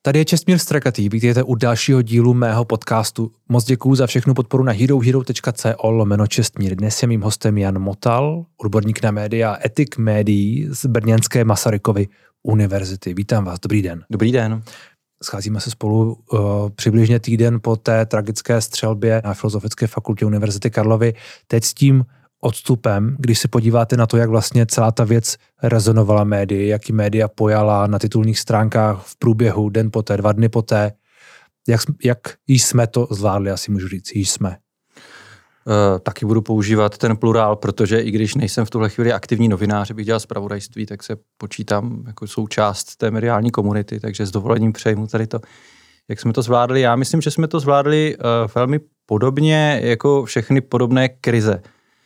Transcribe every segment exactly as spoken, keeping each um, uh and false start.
Tady je Čestmír Strakatý, vítejte u dalšího dílu mého podcastu. Moc děkuju za všechnu podporu na herohero tečka co lomeno Čestmír. Dnes je mým hostem Jan Motal, odborník na média a etik médií z brněnské Masarykovy univerzity. Vítám vás, dobrý den. Dobrý den. Scházíme se spolu uh, přibližně týden po té tragické střelbě na Filozofické fakultě Univerzity Karlovy. Teď s tím odstupem, když se podíváte na to, jak vlastně celá ta věc rezonovala médii, jak ji média pojala na titulních stránkách v průběhu, den poté, dva dny poté, jak, jak již jsme to zvládli, asi můžu říct, již jsme. Uh, taky budu používat ten plurál, protože i když nejsem v tuhle chvíli aktivní novinář, bych dělal zpravodajství, tak se počítám jako součást té mediální komunity, takže s dovolením přejmu tady to, jak jsme to zvládli. Já myslím, že jsme to zvládli uh, velmi podobně jako všechny podobné krize.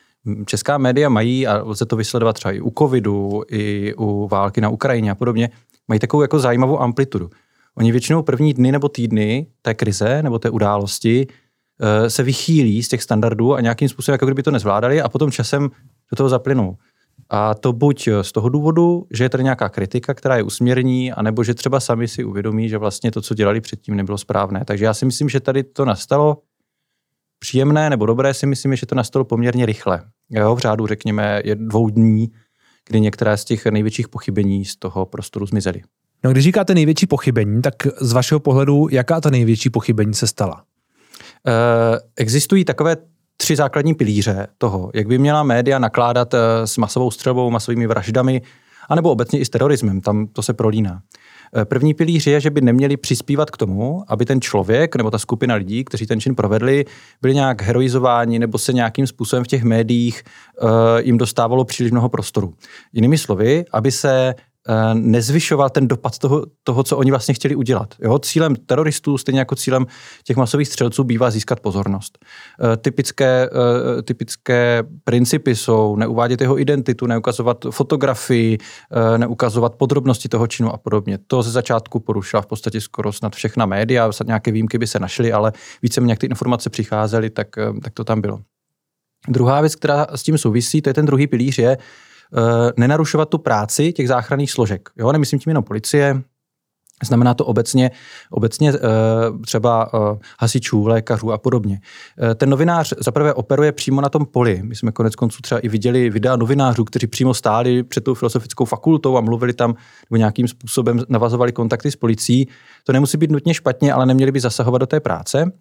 Česká média mají, a lze to vysledovat třeba i u covidu, i u války na Ukrajině a podobně, mají takovou jako zajímavou amplitudu. Oni většinou první dny nebo týdny té krize nebo té události uh, se vychýlí z těch standardů a nějakým způsobem, jako kdyby to nezvládali a potom časem do toho zaplynou. A to buď z toho důvodu, že je tady nějaká kritika, která je usměrní, anebo že třeba sami si uvědomí, že vlastně to, co dělali předtím, nebylo správné. Takže já si myslím, že tady to nastalo příjemné nebo dobré, si myslím, že to nastalo poměrně rychle. Jo, v řádu, řekněme, dvou dní, kdy některé z těch největších pochybení z toho prostoru zmizely. No, když říkáte největší pochybení, tak z vašeho pohledu, jaká ta největší pochybení se stala? E, existují takové tři základní pilíře toho, jak by měla média nakládat s masovou střelbou, masovými vraždami, anebo obecně i s terorismem, tam to se prolíná. První pilíř je, že by neměli přispívat k tomu, aby ten člověk nebo ta skupina lidí, kteří ten čin provedli, byli nějak heroizováni nebo se nějakým způsobem v těch médiích uh, jim dostávalo příliš mnoho prostoru. Jinými slovy, aby se uh, nezvyšoval ten dopad toho, toho, co oni vlastně chtěli udělat. Jo? Cílem teroristů, stejně jako cílem těch masových střelců, bývá získat pozornost. Uh, typické, uh, typické principy jsou neuvádět jeho identitu, neukazovat fotografii, uh, neukazovat podrobnosti toho činu a podobně. To ze začátku porušila v podstatě skoro snad všechna média, snad nějaké výjimky by se našly, ale víceméně jak ty informace přicházely, tak, uh, tak to tam bylo. Druhá věc, která s tím souvisí, to je ten druhý pilíř, je Uh, nenarušovat tu práci těch záchranných složek. Jo, nemyslím tím jenom policie, znamená to obecně, obecně uh, třeba uh, hasičů, lékařů a podobně. Uh, ten novinář zaprvé operuje přímo na tom poli. My jsme konec konců třeba i viděli videa novinářů, kteří přímo stáli před tou filozofickou fakultou a mluvili tam, nebo nějakým způsobem navazovali kontakty s policií. To nemusí být nutně špatně, ale neměli by zasahovat do té práce.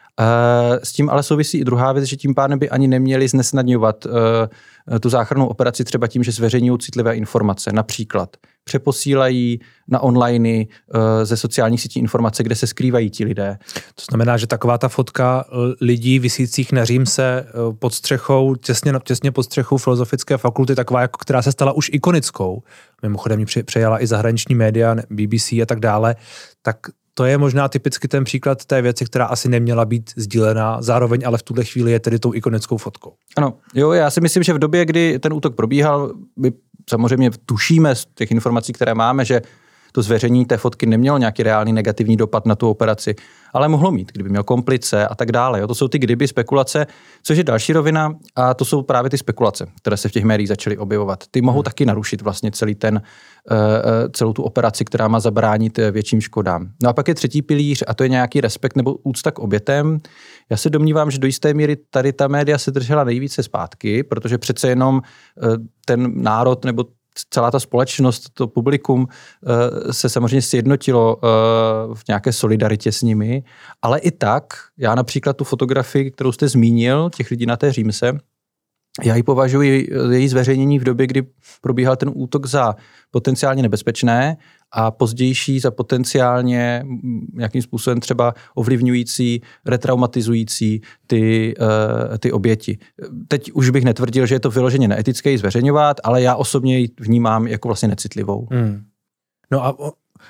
S tím ale souvisí i druhá věc, že tím pádem by ani neměli znesnadňovat uh, tu záchrannou operaci třeba tím, že zveřejňují citlivé informace. Například přeposílají na online uh, ze sociálních sítí informace, kde se skrývají ti lidé. To znamená, že taková ta fotka lidí visících na Římse pod střechou, těsně, těsně pod střechou Filozofické fakulty, taková, jako, která se stala už ikonickou. Mimochodem ji přejala i zahraniční média, B B C a tak dále, tak to je možná typicky ten příklad té věci, která asi neměla být sdílená, zároveň ale v tuhle chvíli je tedy tou ikonickou fotkou. Ano, jo, já si myslím, že v době, kdy ten útok probíhal, my samozřejmě tušíme z těch informací, které máme, že to zveřejnění té fotky nemělo nějaký reálný negativní dopad na tu operaci, ale mohlo mít, kdyby měl komplice a tak dále. Jo, to jsou ty kdyby spekulace, což je další rovina a to jsou právě ty spekulace, které se v těch médiích začaly objevovat. Ty mohou hmm. taky narušit vlastně celý ten, celou tu operaci, která má zabránit větším škodám. No a pak je třetí pilíř a to je nějaký respekt nebo úcta k obětem. Já se domnívám, že do jisté míry tady ta média se držela nejvíce zpátky, protože přece jenom ten národ nebo celá ta společnost, to publikum se samozřejmě sjednotilo v nějaké solidaritě s nimi, ale i tak, já například tu fotografii, kterou jste zmínil, těch lidí na té Římse, já ji považuji, její zveřejnění v době, kdy probíhal ten útok za potenciálně nebezpečné a pozdější za potenciálně nějakým způsobem třeba ovlivňující, retraumatizující ty, uh, ty oběti. Teď už bych netvrdil, že je to vyloženě neetické ji zveřejňovat, ale já osobně ji vnímám jako vlastně necitlivou. Hmm. No a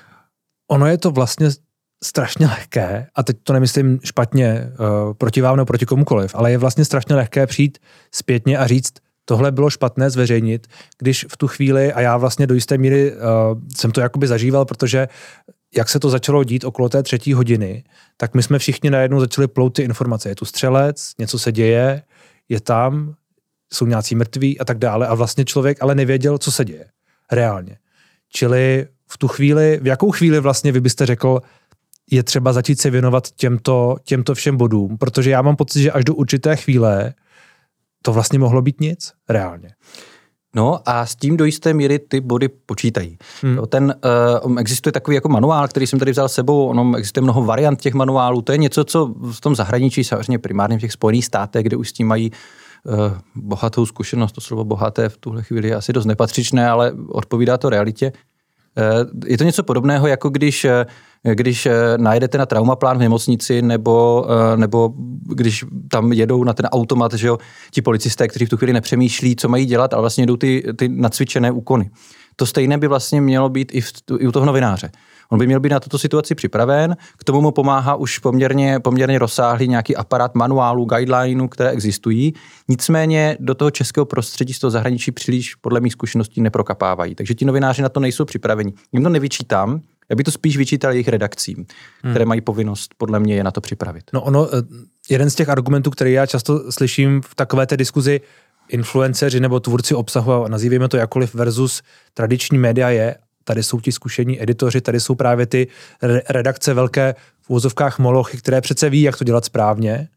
ono je to vlastně strašně lehké, a teď to nemyslím špatně uh, proti vám nebo proti komukoliv, ale je vlastně strašně lehké přijít zpětně a říct, tohle bylo špatné zveřejnit, když v tu chvíli, a já vlastně do jisté míry uh, jsem to jakoby zažíval, protože jak se to začalo dít okolo té třetí hodiny, tak my jsme všichni najednou začali plout ty informace. Je tu střelec, něco se děje, je tam, jsou nějací mrtví a tak dále a vlastně člověk ale nevěděl, co se děje reálně. Čili v tu chvíli, v jakou chvíli vlastně vy byste řekl, je třeba začít se věnovat těmto, těmto všem bodům, protože já mám pocit, že až do určité chvíle to vlastně mohlo být nic reálně. No a s tím do jisté míry ty body počítají. Hmm. Ten, uh, existuje takový jako manuál, který jsem tady vzal s sebou, ono existuje mnoho variant těch manuálů, to je něco, co v tom zahraničí, samozřejmě primárně v těch Spojených státech, kde už s tím mají uh, bohatou zkušenost, to slovo bohaté v tuhle chvíli je asi dost nepatřičné, ale odpovídá to realitě. Uh, je to něco podobného, jako když když najedete na traumaplán v nemocnici nebo, nebo když tam jedou na ten automat, že jo, ti policisté, kteří v tu chvíli nepřemýšlí, co mají dělat, ale vlastně jedou ty, ty nacvičené úkony. To stejné by vlastně mělo být i, v, i u toho novináře. On by měl být na tuto situaci připraven, k tomu mu pomáhá už poměrně, poměrně rozsáhlý nějaký aparát manuálů, guidelineů, které existují. Nicméně do toho českého prostředí z toho zahraničí příliš podle mých zkušeností neprokapávají. Takže ti novináři na to nejsou připraveni. Jim to nevyčítám, já bych to spíš vyčítal jejich redakcím, hmm. které mají povinnost podle mě je na to připravit. No ono, jeden z těch argumentů, který já často slyším v takové té diskuzi, influenceři nebo tvůrci obsahu, a nazývejme to jakkoliv, versus tradiční média je, tady jsou ti zkušení editoři, tady jsou právě ty redakce velké v uvozovkách molochy, které přece ví, jak to dělat správně,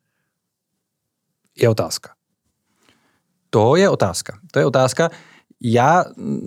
je otázka. To je otázka. To je otázka. Já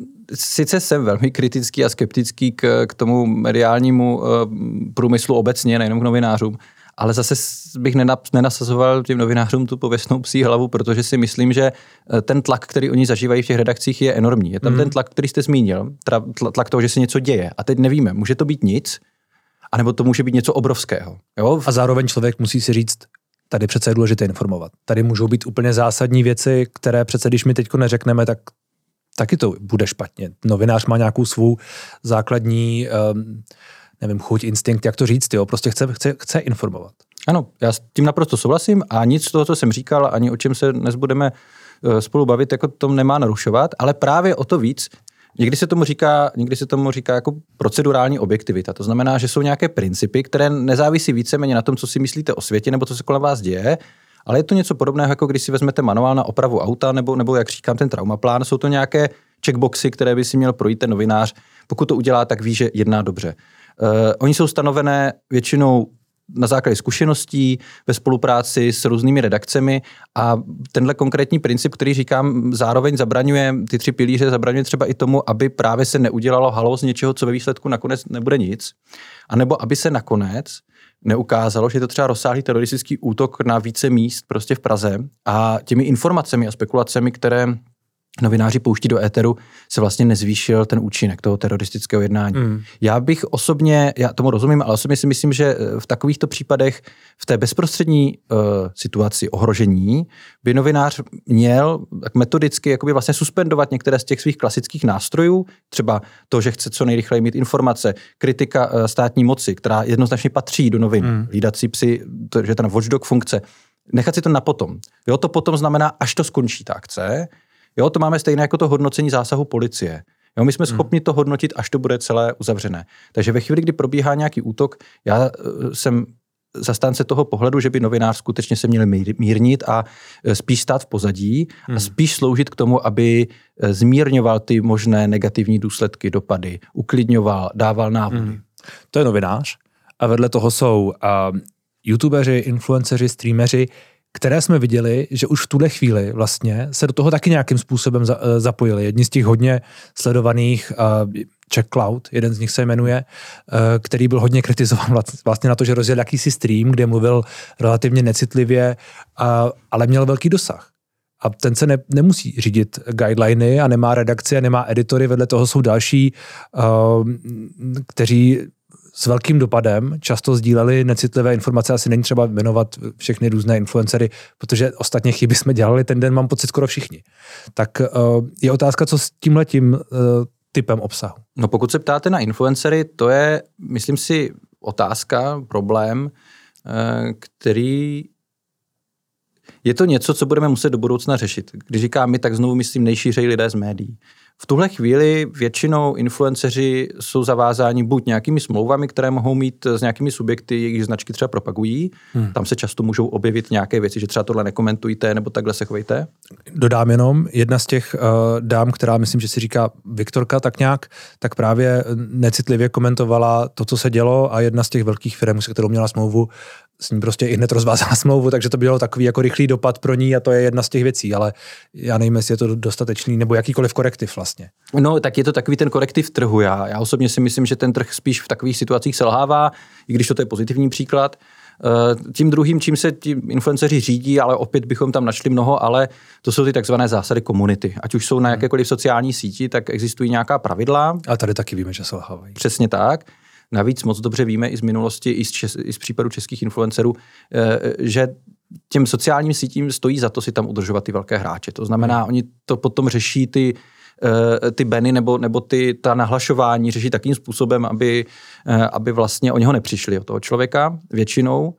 sice jsem velmi kritický a skeptický k, k tomu mediálnímu uh, průmyslu obecně, nejenom k novinářům, ale zase bych nenasazoval těm novinářům tu pověstnou psí hlavu, protože si myslím, že ten tlak, který oni zažívají v těch redakcích, je enormní. Je tam mm. ten tlak, který jste zmínil, tlak toho, že se něco děje. A teď nevíme, může to být nic, anebo to může být něco obrovského. Jo? A zároveň člověk musí si říct, tady přece je důležité informovat. Tady můžou být úplně zásadní věci, které přece, když mi teďko neřekneme, tak taky to bude špatně. Novinář má nějakou svou základní um, nevím, chuť, instinkt, jak to říct, jo, prostě chce, chce, chce informovat. Ano, já s tím naprosto souhlasím a nic z toho, co jsem říkal, ani o čem se dnes budeme spolu bavit, jako to nemá narušovat, ale právě o to víc, někdy se tomu říká, někdy se tomu říká jako procedurální objektivita. To znamená, že jsou nějaké principy, které nezávisí víceméně na tom, co si myslíte o světě nebo co se kolem vás děje, ale je to něco podobného, jako když si vezmete manuál na opravu auta nebo, nebo jak říkám, ten traumaplán. Jsou to nějaké checkboxy, které by si měl projít ten novinář. Pokud to udělá, tak ví, že jedná dobře. Uh, oni jsou stanovené většinou na základě zkušeností ve spolupráci s různými redakcemi a tenhle konkrétní princip, který říkám, zároveň zabraňuje, ty tři pilíře zabraňuje třeba i tomu, aby právě se neudělalo halo z něčeho, co ve výsledku nakonec nebude nic, anebo aby se nakonec neukázalo, že je to třeba rozsáhlý teroristický útok na více míst prostě v Praze a těmi informacemi a spekulacemi, které novináři pouští do éteru, se vlastně nezvýšil ten účinek toho teroristického jednání. Mm. Já bych osobně, já tomu rozumím, ale osobně si myslím, že v takovýchto případech, v té bezprostřední uh, situaci ohrožení, by novinář měl tak metodicky jakoby vlastně suspendovat některé z těch svých klasických nástrojů, třeba to, že chce co nejrychleji mít informace, kritika uh, státní moci, která jednoznačně patří do novin, mm. hlídací psi, to, že je ten watchdog funkce, nechat si to na potom. Jo, to potom znamená, až to skončí ta akce. Jo, to máme stejné jako to hodnocení zásahu policie. Jo, my jsme schopni to hodnotit, až to bude celé uzavřené. Takže ve chvíli, kdy probíhá nějaký útok, já jsem zastánce toho pohledu, že by novinář skutečně se měl mírnit a spíš stát v pozadí hmm. a spíš sloužit k tomu, aby zmírňoval ty možné negativní důsledky, dopady, uklidňoval, dával návody. Hmm. To je novinář a vedle toho jsou uh, youtubeři, influenceři, streameři, které jsme viděli, že už v tuhle chvíli vlastně se do toho taky nějakým způsobem za, zapojili. Jedni z těch hodně sledovaných, uh, Czech Cloud, jeden z nich se jmenuje, uh, který byl hodně kritizován vlastně na to, že rozjel jakýsi stream, kde mluvil relativně necitlivě, uh, ale měl velký dosah. A ten se ne, nemusí řídit guideliny a nemá redakci a nemá editory, vedle toho jsou další, uh, kteří s velkým dopadem často sdíleli necitlivé informace, asi není třeba jmenovat všechny různé influencery, protože ostatně chyby jsme dělali ten den, mám pocit, skoro všichni. Tak uh, je otázka, co s tímhletím uh, typem obsahu. No pokud se ptáte na influencery, to je, myslím si, otázka, problém, uh, který je to něco, co budeme muset do budoucna řešit. Když říkám my, tak znovu myslím nejšířej lidé z médií. V tuhle chvíli většinou influenceři jsou zavázáni buď nějakými smlouvami, které mohou mít s nějakými subjekty, jejich značky třeba propagují. Hmm. Tam se často můžou objevit nějaké věci, že třeba tohle nekomentujte nebo takhle se chovejte. Dodám jenom, jedna z těch uh, dám, která myslím, že si říká Viktorka tak nějak, tak právě necitlivě komentovala to, co se dělo, a jedna z těch velkých firm, se kterou měla smlouvu, s ní prostě i hned rozvázala smlouvu, takže to bylo takový jako rychlý dopad pro ní a to je jedna z těch věcí, ale já nevím, jestli je to dostatečný nebo jakýkoliv korektiv vlastně. No, tak je to takový ten korektiv trhu. Já, já osobně si myslím, že ten trh spíš v takových situacích selhává, i když to je pozitivní příklad. Tím druhým, čím se ti influenceři řídí, ale opět bychom tam našli mnoho, ale to jsou ty takzvané zásady komunity. Ať už jsou na jakékoliv sociální síti, tak existují nějaká pravidla. A tady taky víme, že selhávají. Přesně tak. Navíc moc dobře víme i z minulosti, i z, čes, i z případu českých influencerů, že těm sociálním sítím stojí za to si tam udržovat ty velké hráče. To znamená, hmm. oni to potom řeší ty, ty bany nebo, nebo ty, ta nahlašování řeší takým způsobem, aby, aby vlastně oni ho nepřišli od toho člověka většinou.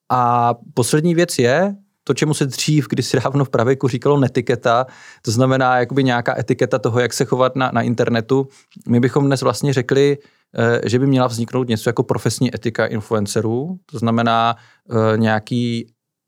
A poslední věc je to, čemu se dřív, kdysi dávno v pravěku říkalo netiketa, to znamená jakoby nějaká etiketa toho, jak se chovat na, na internetu. My bychom dnes vlastně řekli, že by měla vzniknout něco jako profesní etika influencerů, to znamená nějaký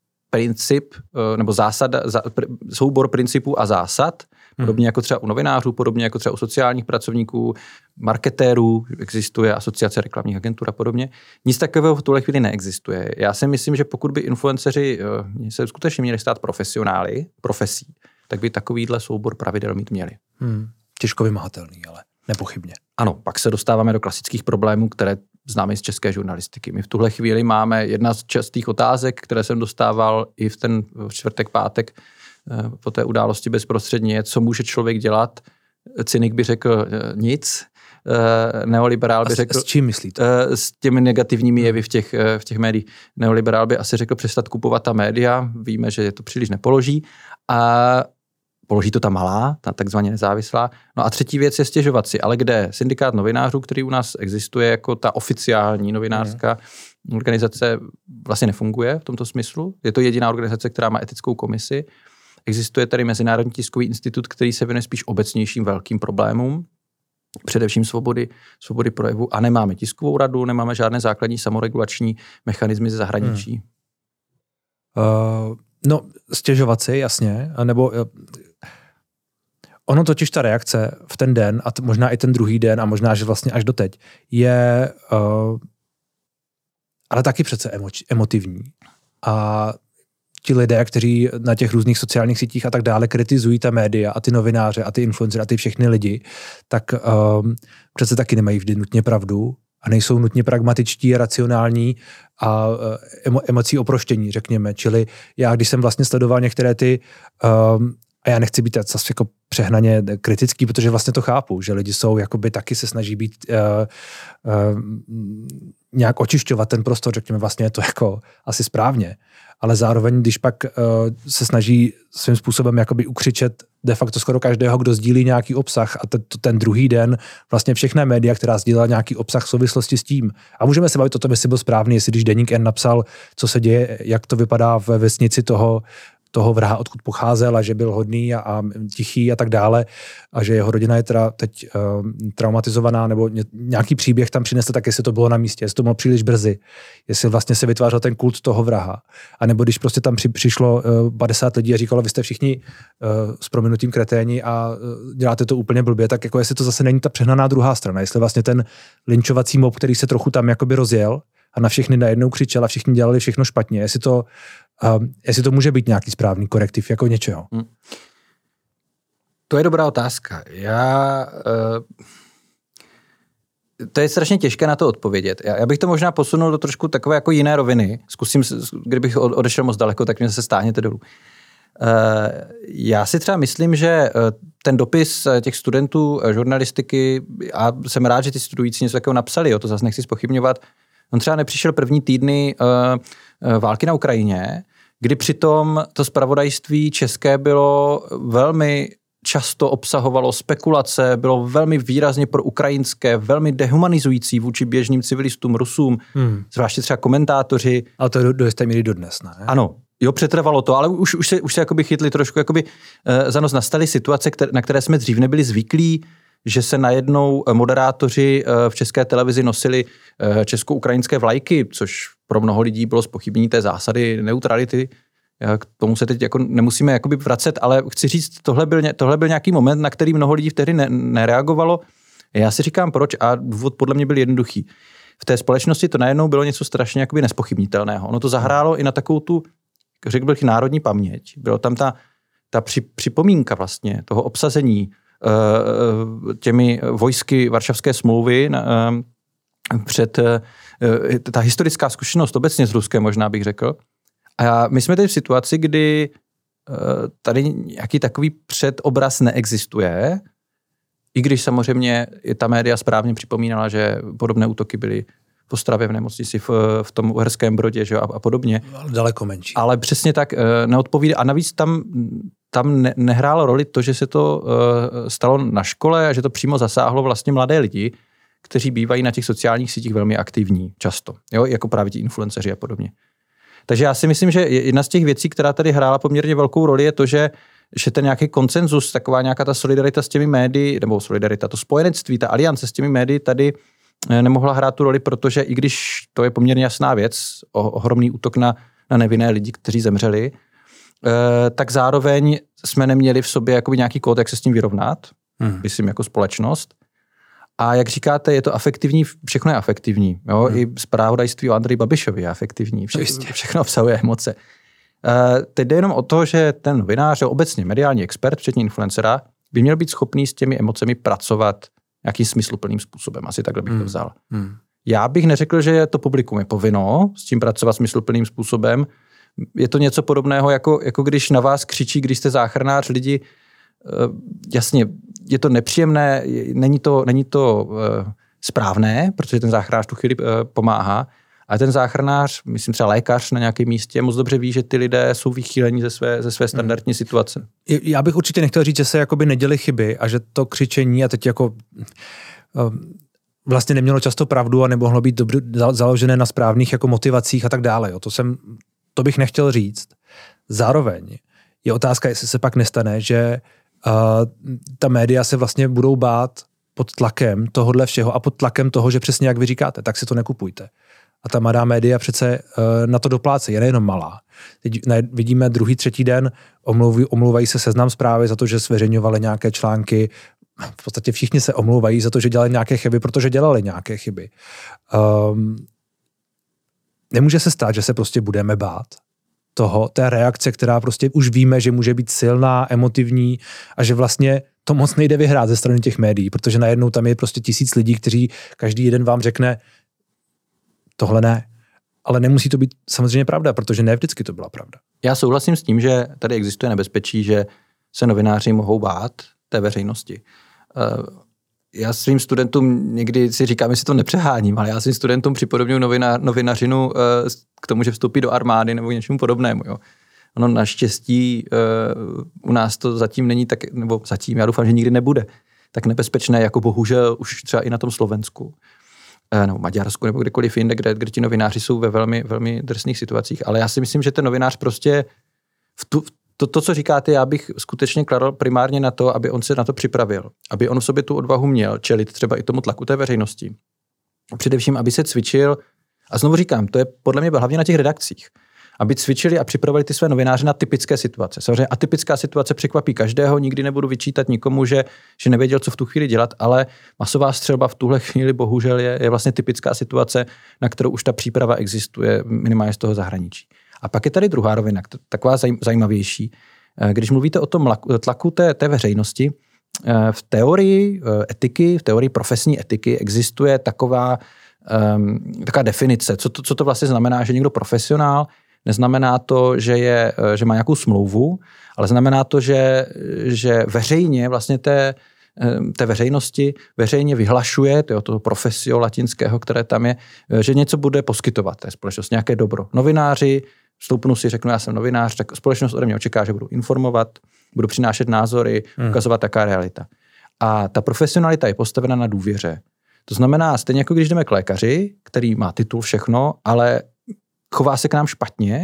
princip nebo zásada, soubor principů a zásad, podobně jako třeba u novinářů, podobně jako třeba u sociálních pracovníků, marketérů, existuje asociace reklamních agentur a podobně. Nic takového v tuhle chvíli neexistuje. Já si myslím, že pokud by influenceři se skutečně měli stát profesionály, profesí, tak by takovýhle soubor pravidel mít měli. Hmm. Těžko vymahatelný, ale nepochybně. Ano, pak se dostáváme do klasických problémů, které známe z české žurnalistiky. My v tuhle chvíli máme jedna z častých otázek, které jsem dostával i v ten čtvrtek, pátek po té události bezprostředně, co může člověk dělat. Cynik by řekl nic, neoliberál by řekl... S čím myslíte? S těmi negativními jevy v těch, v těch médiích. Neoliberál by asi řekl přestat kupovat ta média, víme, že je to příliš nepoloží a položí to ta malá, ta takzvaně nezávislá. No a třetí věc je stěžovat si, ale kde syndikát novinářů, který u nás existuje jako ta oficiální novinářská mm. organizace, vlastně nefunguje v tomto smyslu. Je to jediná organizace, která má etickou komisi. Existuje tady Mezinárodní tiskový institut, který se věnuje spíš obecnějším velkým problémům, především svobody, svobody projevu. A nemáme tiskovou radu, nemáme žádné základní samoregulační mechanismy ze zahraničí. Hmm. Uh, no, stěžovat si, jasně, nebo uh, ono totiž ta reakce v ten den, a t- možná i ten druhý den, a možná, že vlastně až doteď, je uh, ale taky přece emoč- emotivní. A ti lidé, kteří na těch různých sociálních sítích a tak dále kritizují ta média a ty novináře a ty influencery a ty všechny lidi, tak um, přece taky nemají vždy nutně pravdu a nejsou nutně pragmatičtí, racionální a emo, emocí oproštění, řekněme. Čili já, když jsem vlastně sledoval některé ty, um, a já nechci být zase jako přehnaně kritický, protože vlastně to chápu, že lidi jsou, jakoby taky se snaží být uh, uh, nějak očišťovat ten prostor, řekněme, vlastně je to jako asi správně, ale zároveň, když pak uh, se snaží svým způsobem jakoby ukřičet de facto skoro každého, kdo sdílí nějaký obsah a ten, ten druhý den vlastně všechna média, která sdílela nějaký obsah v souvislosti s tím. A můžeme se bavit o tom, jestli byl správný, jestli když Deník N napsal, co se děje, jak to vypadá ve vesnici toho toho vraha, odkud pocházel a že byl hodný a, a tichý a tak dále a že jeho rodina je teda teď uh, traumatizovaná nebo ně, nějaký příběh tam přinesl, tak jestli to bylo na místě, jestli to bylo příliš brzy, jestli vlastně se vytvářel ten kult toho vraha. A nebo když prostě tam při, přišlo uh, padesát lidí a říkalo, vy jste všichni uh, s prominutím kreténi a uh, děláte to úplně blbě, tak jako jestli to zase není ta přehnaná druhá strana, jestli vlastně ten linčovací mob, který se trochu tam jakoby rozjel a na všechny najednou křičel a všichni dělali všechno špatně, jestli to Um, jestli to může být nějaký správný korektiv jako něčeho? Hmm. To je dobrá otázka. Já... Uh, to je strašně těžké na to odpovědět. Já, já bych to možná posunul do trošku takové jako jiné roviny. Zkusím, kdybych odešel moc daleko, tak mě zase stáhněte dolů. Uh, já si třeba myslím, že uh, ten dopis těch studentů žurnalistiky, a jsem rád, že ty studující něco takového napsali, jo, to zase nechci zpochybňovat, on třeba nepřišel první týdny uh, uh, války na Ukrajině, kdy přitom to zpravodajství české bylo velmi často obsahovalo spekulace, bylo velmi výrazně pro ukrajinské, velmi dehumanizující vůči běžným civilistům, Rusům, hmm. zvláště třeba komentátoři. Ale to je do, do jisté míry dodnes, ne? Ano, Jo, přetrvalo to, ale už, už se, už se jakoby chytli trošku, jakoby uh, za nos nastaly situace, které, na které jsme dřív nebyli zvyklí, že se najednou moderátoři uh, v České televizi nosili uh, česko-ukrajinské vlajky, což pro mnoho lidí bylo zpochybnění té zásady neutrality. K tomu se teď jako nemusíme jakoby vracet, ale chci říct, tohle byl, tohle byl nějaký moment, na který mnoho lidí vtedy ne, nereagovalo. Já si říkám proč a důvod podle mě byl jednoduchý. V té společnosti to najednou bylo něco strašně jakoby nespochybnitelného. Ono to zahrálo i na takovou tu, řekl bych, národní paměť. Bylo tam ta, ta při, připomínka vlastně toho obsazení uh, těmi vojsky Varšavské smlouvy uh, před uh, ta historická zkušenost obecně s Ruskem, možná bych řekl. A my jsme teď v situaci, kdy uh, tady nějaký takový předobraz neexistuje, i když samozřejmě i ta média správně připomínala, že podobné útoky byly v Ostravě, v nemocnici, v, v tom Uherském Brodě, že, a, a podobně. Daleko menší. Ale přesně tak uh, neodpovídá. A navíc tam, tam ne, nehrálo roli to, že se to uh, stalo na škole a že to přímo zasáhlo vlastně mladé lidi, kteří bývají na těch sociálních sítích velmi aktivní často, jo, jako právě ti influenceři a podobně. Takže já si myslím, že jedna z těch věcí, která tady hrála poměrně velkou roli, je to, že, že ten nějaký konsenzus, taková nějaká ta solidarita s těmi médii, nebo solidarita, to spojenectví, ta aliance s těmi médii tady nemohla hrát tu roli, protože i když to je poměrně jasná věc, ohromný útok na, na nevinné lidi, kteří zemřeli, tak zároveň jsme neměli v sobě jakoby nějaký kód, jak se s tím vyrovnat, hmm. myslím jako společnost. A jak říkáte, je to afektivní, všechno je afektivní. Jo? Hmm. I zpravodajství o Andreji Babišovi je afektivní, vše, všechno obsahuje emoce. Uh, teď jde jenom o to, že ten novinář, obecně mediální expert, včetně influencera, by měl být schopný s těmi emocemi pracovat nějakým smysluplným způsobem. Asi takhle bych hmm. to vzal. Hmm. Já bych neřekl, že to publikum je povinno s tím pracovat smysluplným způsobem. Je to něco podobného, jako, jako když na vás křičí, když jste záchranář, lidi, uh, jasně, je to nepříjemné, není to, není to uh, správné, protože ten záchranář tu chvíli uh, pomáhá, ale ten záchranář, myslím třeba lékař na nějakém místě, moc dobře ví, že ty lidé jsou vychýlení ze své, ze své standardní hmm. situace. Já bych určitě nechtěl říct, že se jakoby neděli chyby a že to křičení a teď jako uh, vlastně nemělo často pravdu a nemohlo být dobře založené na správných jako motivacích a tak dále. Jo. To, jsem, to bych nechtěl říct. Zároveň je otázka, jestli se pak nestane, že Uh, ta média se vlastně budou bát pod tlakem tohohle všeho a pod tlakem toho, že přesně jak vy říkáte, tak si to nekupujte. A ta mladá média přece uh, na to dopláce, je nejenom malá. Teď vidíme druhý, třetí den, omluví, omlouvají se Seznam Zprávy za to, že zveřejňovali nějaké články. V podstatě všichni se omlouvají za to, že dělali nějaké chyby, protože dělali nějaké chyby. Um, nemůže se stát, že se prostě budeme bát toho, té reakce, která prostě už víme, že může být silná, emotivní a že vlastně to moc nejde vyhrát ze strany těch médií, protože najednou tam je prostě tisíc lidí, kteří každý jeden vám řekne tohle ne. Ale nemusí to být samozřejmě pravda, protože ne vždycky to byla pravda. Já souhlasím s tím, že tady existuje nebezpečí, že se novináři mohou bát té veřejnosti. Já svým studentům někdy si říkám, jestli to nepřeháním, ale já svým studentům připodobňuji novina, novinařinu k tomu, že vstoupí do armády nebo k něčemu podobnému. Jo. Ono naštěstí u nás to zatím není tak, nebo zatím, já doufám, že nikdy nebude, tak nebezpečné, jako bohužel už třeba i na tom Slovensku, nebo Maďarsku, nebo kdekoliv jinde, kde, kde ti novináři jsou ve velmi, velmi drsných situacích. Ale já si myslím, že ten novinář prostě v tu, To, to, co říkáte, já bych skutečně kladl primárně na to, aby on se na to připravil. Aby on v sobě tu odvahu měl čelit třeba i tomu tlaku té veřejnosti. Především, aby se cvičil, a znovu říkám, to je podle mě hlavně na těch redakcích, aby cvičili a připravili ty své novináře na typické situace. Samozřejmě atypická situace překvapí každého, nikdy nebudu vyčítat nikomu, že, že nevěděl, co v tu chvíli dělat, ale masová střelba v tuhle chvíli bohužel je, je vlastně typická situace, na kterou už ta příprava existuje minimálně z toho zahraničí. A pak je tady druhá rovina, taková zajímavější. Když mluvíte o tom tlaku té, té veřejnosti, v teorii etiky, v teorii profesní etiky existuje taková, um, taková definice. Co to, co to vlastně znamená, že někdo profesionál, neznamená to, že, je, že má nějakou smlouvu, ale znamená to, že, že veřejně vlastně té, té veřejnosti veřejně vyhlašuje, to je toho profesio latinského, které tam je, že něco bude poskytovat té společnosti, nějaké dobro. Novináři stoupnu si, řeknu, já jsem novinář, tak společnost ode mě očeká, že budu informovat, budu přinášet názory, hmm. ukazovat taká realita. A ta profesionalita je postavena na důvěře. To znamená, stejně jako když jdeme k lékaři, který má titul všechno, ale chová se k nám špatně,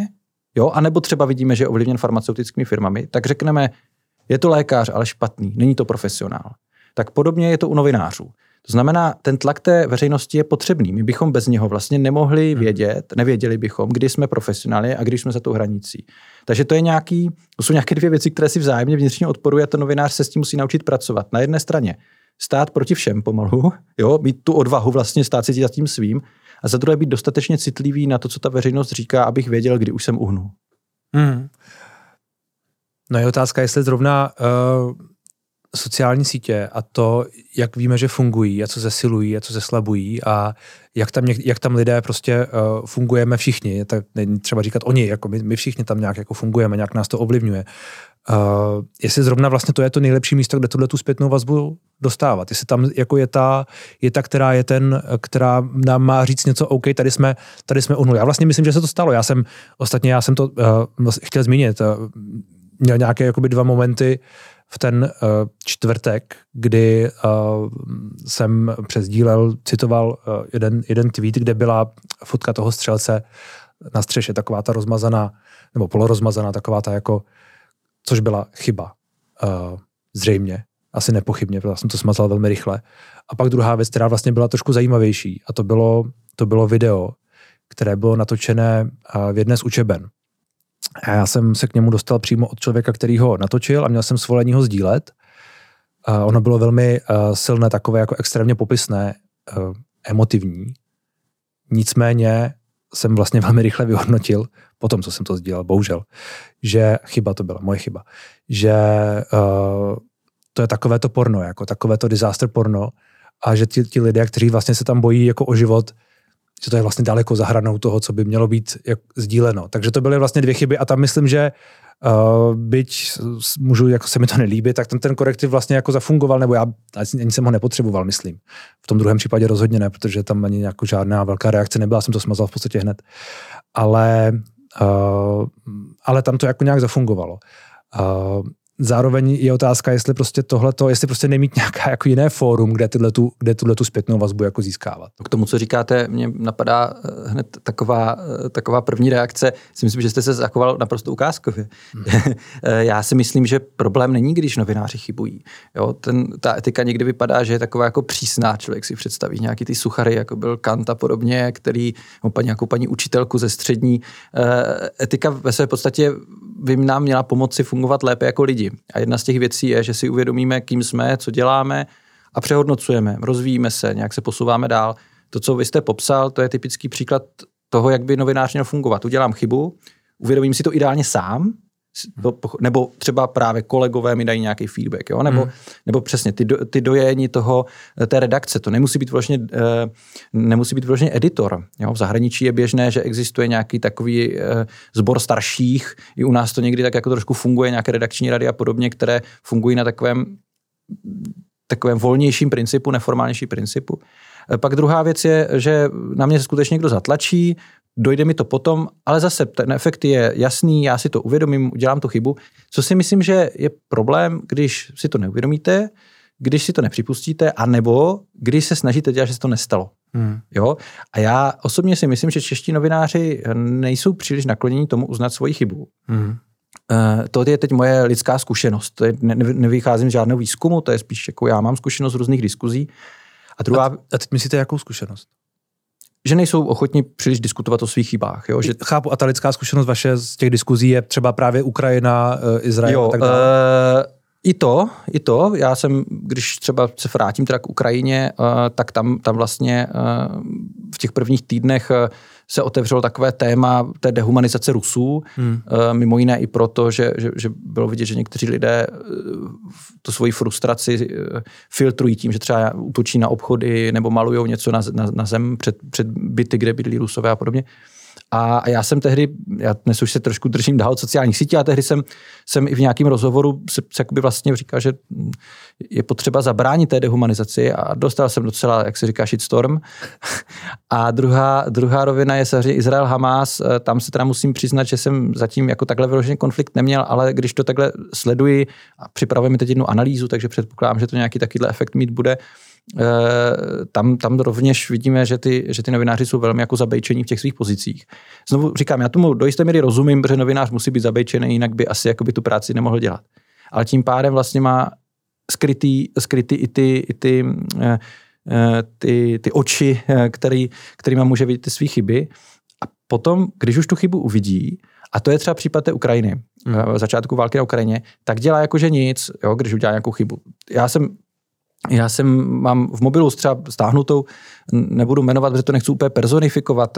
jo, anebo třeba vidíme, že je ovlivněn farmaceutickými firmami, tak řekneme, je to lékař, ale špatný, není to profesionál. Tak podobně je to u novinářů. To znamená, ten tlak té veřejnosti je potřebný. My bychom bez něho vlastně nemohli vědět, nevěděli bychom, kdy jsme profesionáli a kdy jsme za tou hranicí. Takže to je nějaký, to jsou nějaké dvě věci, které si vzájemně vnitřně odporují a ten novinář se s tím musí naučit pracovat. Na jedné straně stát proti všem pomalu, jo, mít tu odvahu vlastně stát si za tím svým a za druhé být dostatečně citlivý na to, co ta veřejnost říká, abych věděl, kdy už jsem uhnul. Hmm. No je otázka, jestli zrovna uh, sociální sítě a to, jak víme, že fungují a co zesilují a co zeslabují a jak tam, jak tam lidé prostě uh, fungujeme všichni, tak není třeba říkat oni, jako my, my všichni tam nějak jako fungujeme, nějak nás to ovlivňuje. Uh, jestli zrovna vlastně to je to nejlepší místo, kde tuhle tu zpětnou vazbu dostávat. Jestli tam jako je ta, je ta, která je ten, která nám má říct něco, OK, tady jsme, tady jsme uhnuli. Já vlastně myslím, že se to stalo. Já jsem, ostatně já jsem to uh, chtěl zmínit, uh, měl nějaké jakoby dva momenty v ten uh, čtvrtek, kdy uh, jsem přesdílel, citoval uh, jeden, jeden tweet, kde byla fotka toho střelce na střeše, taková ta rozmazaná, nebo polorozmazaná, taková ta jako, což byla chyba. Uh, zřejmě, asi nepochybně, protože jsem to smazal velmi rychle. A pak druhá věc, která vlastně byla trošku zajímavější, a to bylo, to bylo video, které bylo natočené uh, v jedné z učeben. A já jsem se k němu dostal přímo od člověka, který ho natočil a měl jsem svolení ho sdílet. Uh, ono bylo velmi uh, silné, takové jako extrémně popisné, uh, emotivní. Nicméně jsem vlastně velmi rychle vyhodnotil, potom, co jsem to sdílel, bohužel, že chyba to byla, moje chyba, že uh, to je takové to porno, jako takové to disaster porno a že ti, ti lidé, kteří vlastně se tam bojí jako o život, že to je vlastně daleko za hranou toho, co by mělo být jak sdíleno. Takže to byly vlastně dvě chyby a tam myslím, že uh, byť můžu, jako se mi to nelíbí, tak ten, ten korektiv vlastně jako zafungoval, nebo já ani jsem ho nepotřeboval, myslím. V tom druhém případě rozhodně ne, protože tam ani jako žádná velká reakce nebyla, jsem to smazal v podstatě hned. Ale, uh, ale tam to jako nějak zafungovalo. Uh, Zároveň je otázka, jestli prostě tohleto, jestli prostě nemít nějaká jako jiné fórum, kde tyhletu, kde tuhletu zpětnou vazbu jako získávat. K tomu, co říkáte, mě napadá hned taková, taková první reakce. Si myslím, že jste se zachoval naprosto ukázkově. Hmm. Já si myslím, že problém není, když novináři chybují. Jo, ten, ta etika někdy vypadá, že je taková jako přísná. Člověk si představí nějaký ty suchary, jako byl Kant a podobně, který paní, jako paní učitelku ze střední. Etika ve své podstatě by nám měla pomoci fungovat lépe jako lidi. A jedna z těch věcí je, že si uvědomíme, kým jsme, co děláme a přehodnocujeme, rozvíjíme se, nějak se posouváme dál. To, co vy jste popsal, to je typický příklad toho, jak by novinář měl fungovat. Udělám chybu, uvědomím si to ideálně sám, nebo třeba právě kolegové mi dají nějaký feedback, jo? Nebo, hmm. nebo přesně ty, do, ty dojení toho, té redakce, to nemusí být vložně, nemusí být vložně editor. Jo? V zahraničí je běžné, že existuje nějaký takový sbor starších, i u nás to někdy tak jako trošku funguje, nějaké redakční rady a podobně, které fungují na takovém, takovém volnějším principu, neformálnějším principu. Pak druhá věc je, že na mě skutečně někdo zatlačí, dojde mi to potom, ale zase ten efekt je jasný, já si to uvědomím, udělám tu chybu. Co si myslím, že je problém, když si to neuvědomíte, když si to nepřipustíte, anebo když se snažíte dělat, že se to nestalo. Hmm. Jo? A já osobně si myslím, že čeští novináři nejsou příliš naklonění tomu uznat svoji chybu. Hmm. Uh, to je teď moje lidská zkušenost. To je, ne, nevycházím z žádného výzkumu, to je spíš jako já mám zkušenost z různých diskuzí. A, druhá, a, a teď myslíte, jakou zkušenost? Že nejsou ochotní příliš diskutovat o svých chybách. Jo? Že... Chápu, a ta lidská zkušenost vaše z těch diskuzí je třeba právě Ukrajina, Izrael jo, a tak dále? Uh, I to, i to. Já jsem, když třeba se vrátím teda k Ukrajině, uh, tak tam, tam vlastně uh, v těch prvních týdnech uh, se otevřelo takové téma té dehumanizace Rusů, hmm. uh, mimo jiné i proto, že, že, že bylo vidět, že někteří lidé uh, tu svoji frustraci uh, filtrují tím, že třeba útočí na obchody nebo malujou něco na, na, na zem před, před byty, kde bydlí Rusové a podobně. A, a já jsem tehdy, já dnes už se trošku držím dál od sociálních sítí, a tehdy jsem, jsem i v nějakém rozhovoru se, se vlastně říkal, že je potřeba zabránit té dehumanizaci a dostal jsem docela, jak se říká, shitstorm. A druhá, druhá rovina je samozřejmě Izrael-Hamás. Tam se teda musím přiznat, že jsem zatím jako takhle vyložený konflikt neměl, ale když to takhle sleduji a připravujeme teď jednu analýzu, takže předpokládám, že to nějaký takovýhle efekt mít bude, tam, tam rovněž vidíme, že ty, že ty novináři jsou velmi jako zabejčení v těch svých pozicích. Znovu říkám, já tomu do jisté míry rozumím, protože novinář musí být zabejčený, jinak by asi jakoby tu práci nemohl dělat. Ale tím pádem vlastně má skrytý, skrytý i ty, i ty, ty, ty oči, který, kterýma může vidět ty svý chyby. A potom, když už tu chybu uvidí, a to je třeba případ té Ukrajiny, hmm. začátku války na Ukrajině, tak dělá jakože nic, jo, když udělá nějakou chybu. Já jsem Já jsem, mám v mobilu třeba stáhnutou, nebudu jmenovat, protože to nechci úplně personifikovat,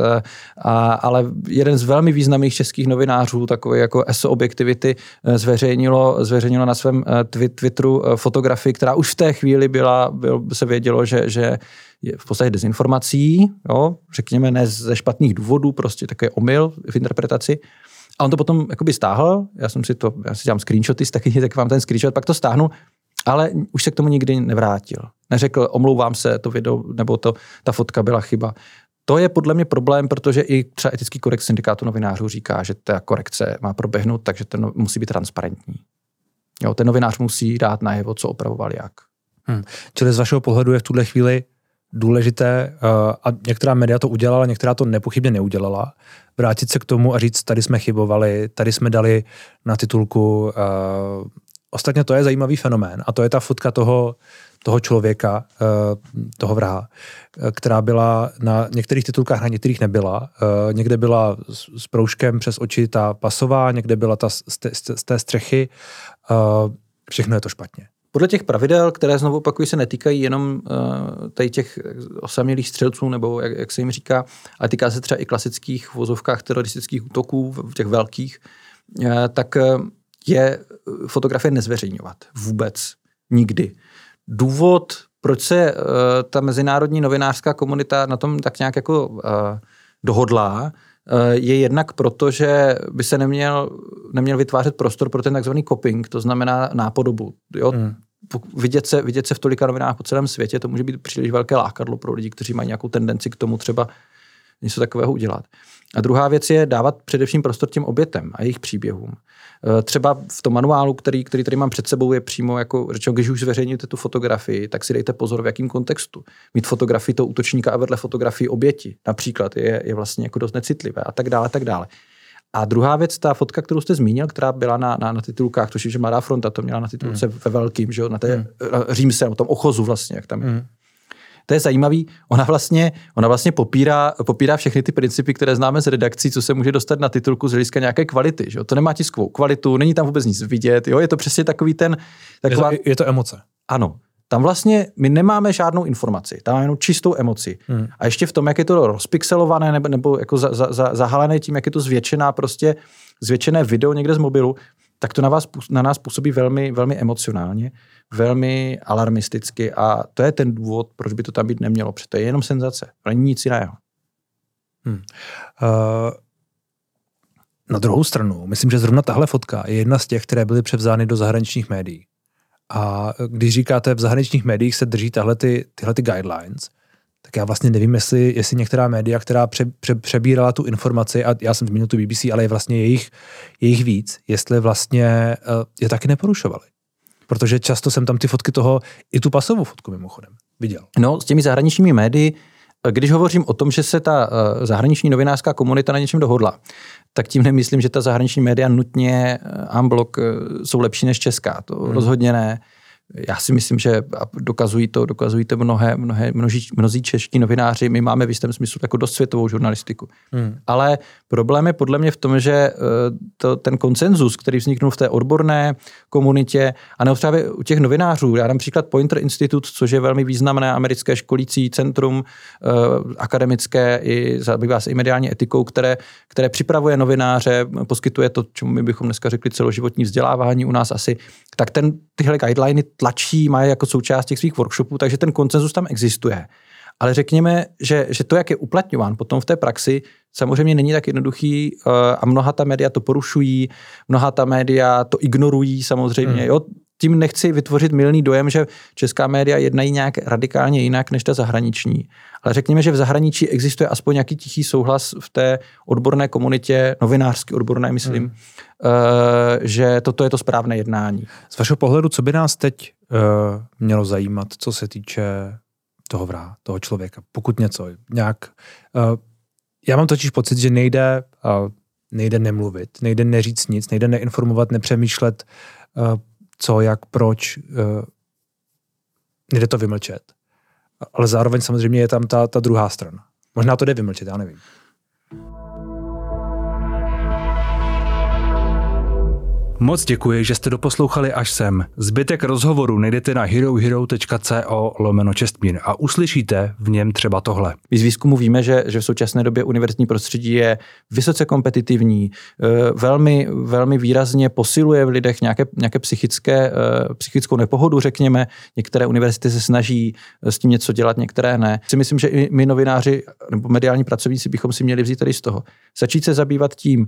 a, ale jeden z velmi významných českých novinářů, takový jako es o Objektivity, zveřejnilo, zveřejnilo na svém Twitteru fotografii, která už v té chvíli byla, byl, se vědělo, že, že je v podstatě dezinformací, jo, řekněme ne ze špatných důvodů, prostě takový omyl v interpretaci. A on to potom jakoby stáhl, já jsem si to, já si dělám screenshoty, taky, tak vám ten screenshot, pak to stáhnul, ale už se k tomu nikdy nevrátil. Neřekl, omlouvám se, to video, nebo to, ta fotka byla chyba. To je podle mě problém, protože i třeba etický kodex syndikátu novinářů říká, že ta korekce má proběhnout, takže to musí být transparentní. Jo, ten novinář musí dát najevo, co opravoval jak. Hmm. Čili z vašeho pohledu je v tuhle chvíli důležité, a některá média to udělala, některá to nepochybně neudělala, vrátit se k tomu a říct, tady jsme chybovali, tady jsme dali na titulku. Uh, ostatně to je zajímavý fenomén a to je ta fotka toho, toho člověka, uh, toho vraha, která byla na některých titulkách, na některých nebyla. Uh, někde byla s, s proužkem přes oči ta pasová, někde byla ta z té, z té střechy. Uh, všechno je to špatně. Podle těch pravidel, které znovu opakují, se netýkají jenom uh, tady těch osamělých střelců, nebo jak, jak se jim říká, ale týká se třeba i klasických v vozovkách teroristických útoků, v těch velkých, uh, tak uh, je fotografie nezveřejňovat. Vůbec. Nikdy. Důvod, proč se uh, ta mezinárodní novinářská komunita na tom tak nějak jako uh, dohodlá, je jednak proto, že by se neměl, neměl vytvářet prostor pro ten takzvaný copying, to znamená nápodobu. Jo? Hmm. Vidět, se, vidět se v tolika novinách po celém světě, to může být příliš velké lákadlo pro lidi, kteří mají nějakou tendenci k tomu třeba něco takového udělat. A druhá věc je dávat především prostor těm obětem a jejich příběhům. Třeba v tom manuálu, který, který tady mám před sebou, je přímo jako řečeno, když už zveřejníte tu fotografii, tak si dejte pozor, v jakém kontextu. Mít fotografii toho útočníka a vedle fotografii oběti například je, je vlastně jako dost necitlivé a tak dále, tak dále. A druhá věc, ta fotka, kterou jste zmínil, která byla na, na, na titulkách, to je, že Mladá fronta to měla na titulce hmm. ve velkým, že jo, na té hmm. Římse, na tom ochozu vlastně, jak tam je. Hmm. To je zajímavý, ona vlastně, ona vlastně popírá, popírá všechny ty principy, které známe z redakcí, co se může dostat na titulku z hlediska nějaké kvality. Že? To nemá tiskovou kvalitu, není tam vůbec nic vidět, jo? Je to přesně takový ten... Taková... Je, to, je to emoce. Ano. Tam vlastně my nemáme žádnou informaci, tam máme jenom čistou emoci. Hmm. A ještě v tom, jak je to rozpixelované nebo, nebo jako za, za, za, zahalené tím, jak je to zvětšená, prostě zvětšené video někde z mobilu, tak to na, vás, na nás působí velmi, velmi emocionálně, velmi alarmisticky a to je ten důvod, proč by to tam být nemělo, protože to je jenom senzace, ale nic jiného. Hmm. Uh, na druhou stranu, myslím, že zrovna tahle fotka je jedna z těch, které byly převzány do zahraničních médií. A když říkáte, v zahraničních médiích se drží tahle ty, tyhle ty guidelines, tak já vlastně nevím, jestli, jestli některá média, která pře, pře, přebírala tu informaci, a já jsem zmínil tu B B C, ale je vlastně jejich, jejich víc, jestli vlastně uh, je taky neporušovali. Protože často jsem tam ty fotky toho, i tu pasovou fotku mimochodem, viděl. No, s těmi zahraničními médii, když hovořím o tom, že se ta uh, zahraniční novinářská komunita na něčem dohodla, tak tím nemyslím, že ta zahraniční média nutně uh, en bloc uh, jsou lepší než česká. To hmm. rozhodně ne. Já si myslím, že dokazují to, dokazují to mnohé, mnohé, množí, mnozí čeští novináři, my máme v jistém smyslu jako dost světovou žurnalistiku. Hmm. Ale problém je podle mě v tom, že to, ten konsenzus, který vzniknul v té odborné komunitě, a nebo třeba u těch novinářů, já dám příklad Poynter Institute, což je velmi významné americké školící centrum eh, akademické, i zabývá se i mediální etikou, které, které připravuje novináře, poskytuje to, čemu my bychom dneska řekli celoživotní vzdělávání u nás asi, tak ten tyhle guideliny tlačí, mají jako součást těch svých workshopů, takže ten konsenzus tam existuje. Ale řekněme, že, že to, jak je uplatňován potom v té praxi, samozřejmě není tak jednoduchý uh, a mnoha ta média to porušují, mnoha ta média to ignorují samozřejmě. Hmm. Jo? Tím nechci vytvořit mylný dojem, že česká média jednají nějak radikálně jinak než ta zahraniční. Ale řekněme, že v zahraničí existuje aspoň nějaký tichý souhlas v té odborné komunitě, novinářsky odborné, myslím, hmm. uh, že toto je to správné jednání. Z vašeho pohledu, co by nás teď uh, mělo zajímat, co se týče toho vrá, toho člověka, pokud něco, nějak... Uh, já mám totiž pocit, že nejde, uh, nejde nemluvit, nejde neříct nic, nejde neinformovat, nepřemýšlet, uh, co, jak, proč, uh, nejde to vymlčet. Ale zároveň samozřejmě je tam ta, ta druhá strana. Možná to jde vymlčet, já nevím. Moc děkuji, že jste doposlouchali až sem. Zbytek rozhovoru najdete na herohero.co lomeno Čestmír a uslyšíte v něm třeba tohle. Z výzkumu víme, že, že v současné době univerzitní prostředí je vysoce kompetitivní, velmi, velmi výrazně posiluje v lidech nějaké, nějaké psychické, psychickou nepohodu, řekněme. Některé univerzity se snaží s tím něco dělat, některé ne. Si myslím, že i my novináři nebo mediální pracovníci bychom si měli vzít tady z toho. Začít se zabývat tím,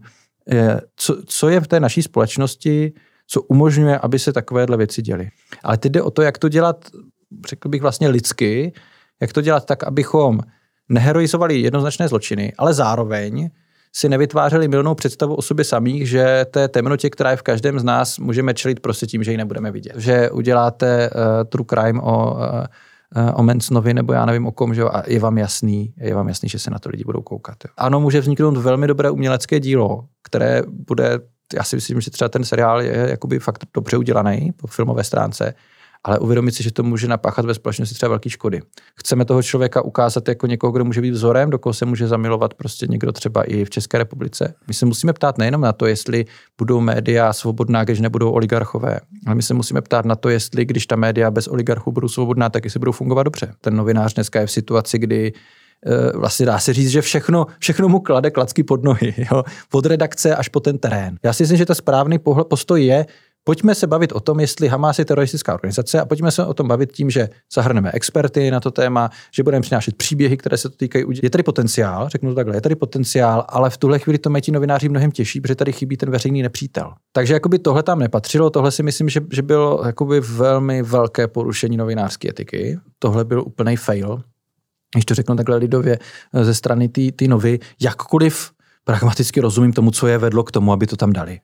Co, co je v té naší společnosti, co umožňuje, aby se takovéhle věci děly. Ale teď jde o to, jak to dělat, řekl bych vlastně lidsky, jak to dělat tak, abychom neheroizovali jednoznačné zločiny, ale zároveň si nevytvářeli mylnou představu o sobě samých, že té temnotě, která je v každém z nás, můžeme čelit prostě tím, že ji nebudeme vidět. Že uděláte uh, true crime o... Uh, o Mansonovi nebo já nevím o kom, že jo, a je vám jasný, je vám jasný, že se na to lidi budou koukat. Jo. Ano, může vzniknout velmi dobré umělecké dílo, které bude, já si myslím, že třeba ten seriál je jakoby fakt dobře udělaný po filmové stránce, ale uvědomit si, že to může napáchat ve společnosti třeba velké škody. Chceme toho člověka ukázat jako někoho, kdo může být vzorem, do koho se může zamilovat prostě někdo třeba i v České republice. My se musíme ptát nejenom na to, jestli budou média svobodná, když nebudou oligarchové, ale my se musíme ptát na to, jestli když ta média bez oligarchů budou svobodná, tak jestli budou fungovat dobře. Ten novinář dneska je v situaci, kdy vlastně dá se říct, že všechno, všechno mu klade klacky pod nohy, jo? Od redakce až po ten terén. Já si myslím, že ta správný postoj je, pojďme se bavit o tom, jestli Hamas je teroristická organizace a pojďme se o tom bavit tím, že zahrneme experty na to téma, že budeme přinášet příběhy, které se to týkají. Je tady potenciál, řeknu to takhle, je tady potenciál, ale v tuhle chvíli to mají ti novináři mnohem těžší, protože tady chybí ten veřejný nepřítel. Takže jakoby tohle tam nepatřilo, tohle si myslím, že, že bylo jakoby velmi velké porušení novinářské etiky. Tohle byl úplný fail, když to řeknu takhle lidově ze strany té novy, jakkoliv pragmaticky rozumím tomu, co je vedlo k tomu, aby to tam dali.